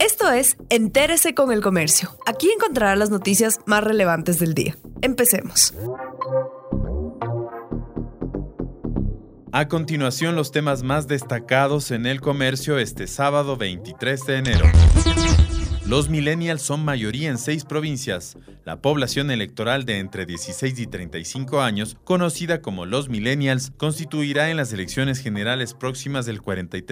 Esto es Entérese con el Comercio. Aquí encontrará las noticias más relevantes del día. Empecemos. A continuación, los temas más destacados en el comercio este sábado 23 de enero. Los millennials son mayoría en 6 provincias. La población electoral de entre 16 y 35 años, conocida como los millennials, constituirá en las elecciones generales próximas el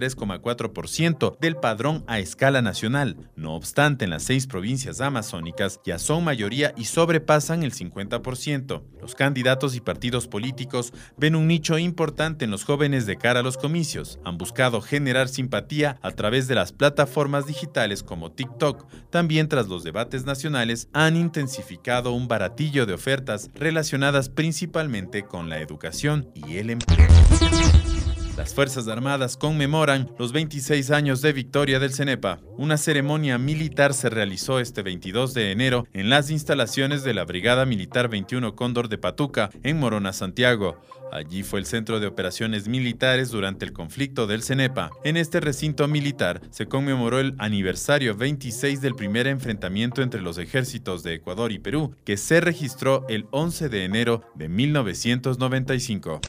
43,4% del padrón a escala nacional. No obstante, en las 6 provincias amazónicas ya son mayoría y sobrepasan el 50%. Los candidatos y partidos políticos ven un nicho importante en los jóvenes de cara a los comicios. Han buscado generar simpatía a través de las plataformas digitales como TikTok. También tras los debates nacionales han intensificado un baratillo de ofertas relacionadas principalmente con la educación y el empleo. Las Fuerzas Armadas conmemoran los 26 años de victoria del CENEPA. Una ceremonia militar se realizó este 22 de enero en las instalaciones de la Brigada Militar 21 Cóndor de Patuca, en Morona, Santiago. Allí fue el centro de operaciones militares durante el conflicto del CENEPA. En este recinto militar se conmemoró el aniversario 26 del primer enfrentamiento entre los ejércitos de Ecuador y Perú, que se registró el 11 de enero de 1995.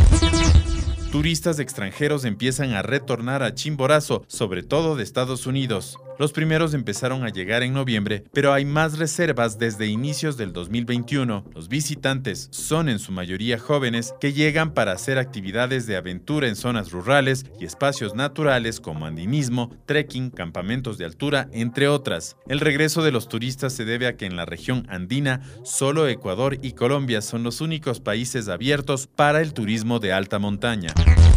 Turistas extranjeros empiezan a retornar a Chimborazo, sobre todo de Estados Unidos. Los primeros empezaron a llegar en noviembre, pero hay más reservas desde inicios del 2021. Los visitantes son en su mayoría jóvenes que llegan para hacer actividades de aventura en zonas rurales y espacios naturales como andinismo, trekking, campamentos de altura, entre otras. El regreso de los turistas se debe a que en la región andina solo Ecuador y Colombia son los únicos países abiertos para el turismo de alta montaña.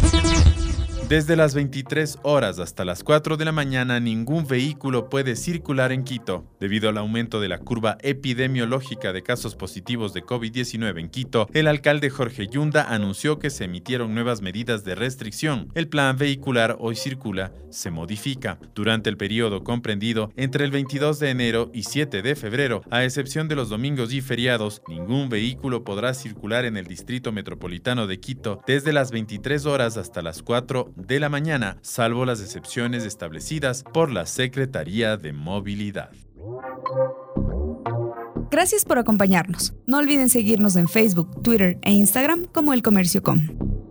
Desde las 23 horas hasta las 4 de la mañana, ningún vehículo puede circular en Quito. Debido al aumento de la curva epidemiológica de casos positivos de COVID-19 en Quito, el alcalde Jorge Yunda anunció que se emitieron nuevas medidas de restricción. El plan vehicular Hoy Circula se modifica. Durante el periodo comprendido entre el 22 de enero y 7 de febrero, a excepción de los domingos y feriados, ningún vehículo podrá circular en el distrito metropolitano de Quito desde las 23 horas hasta las 4 de la mañana, salvo las excepciones establecidas por la Secretaría de Movilidad. Gracias por acompañarnos. No olviden seguirnos en Facebook, Twitter e Instagram como El Comercio Com.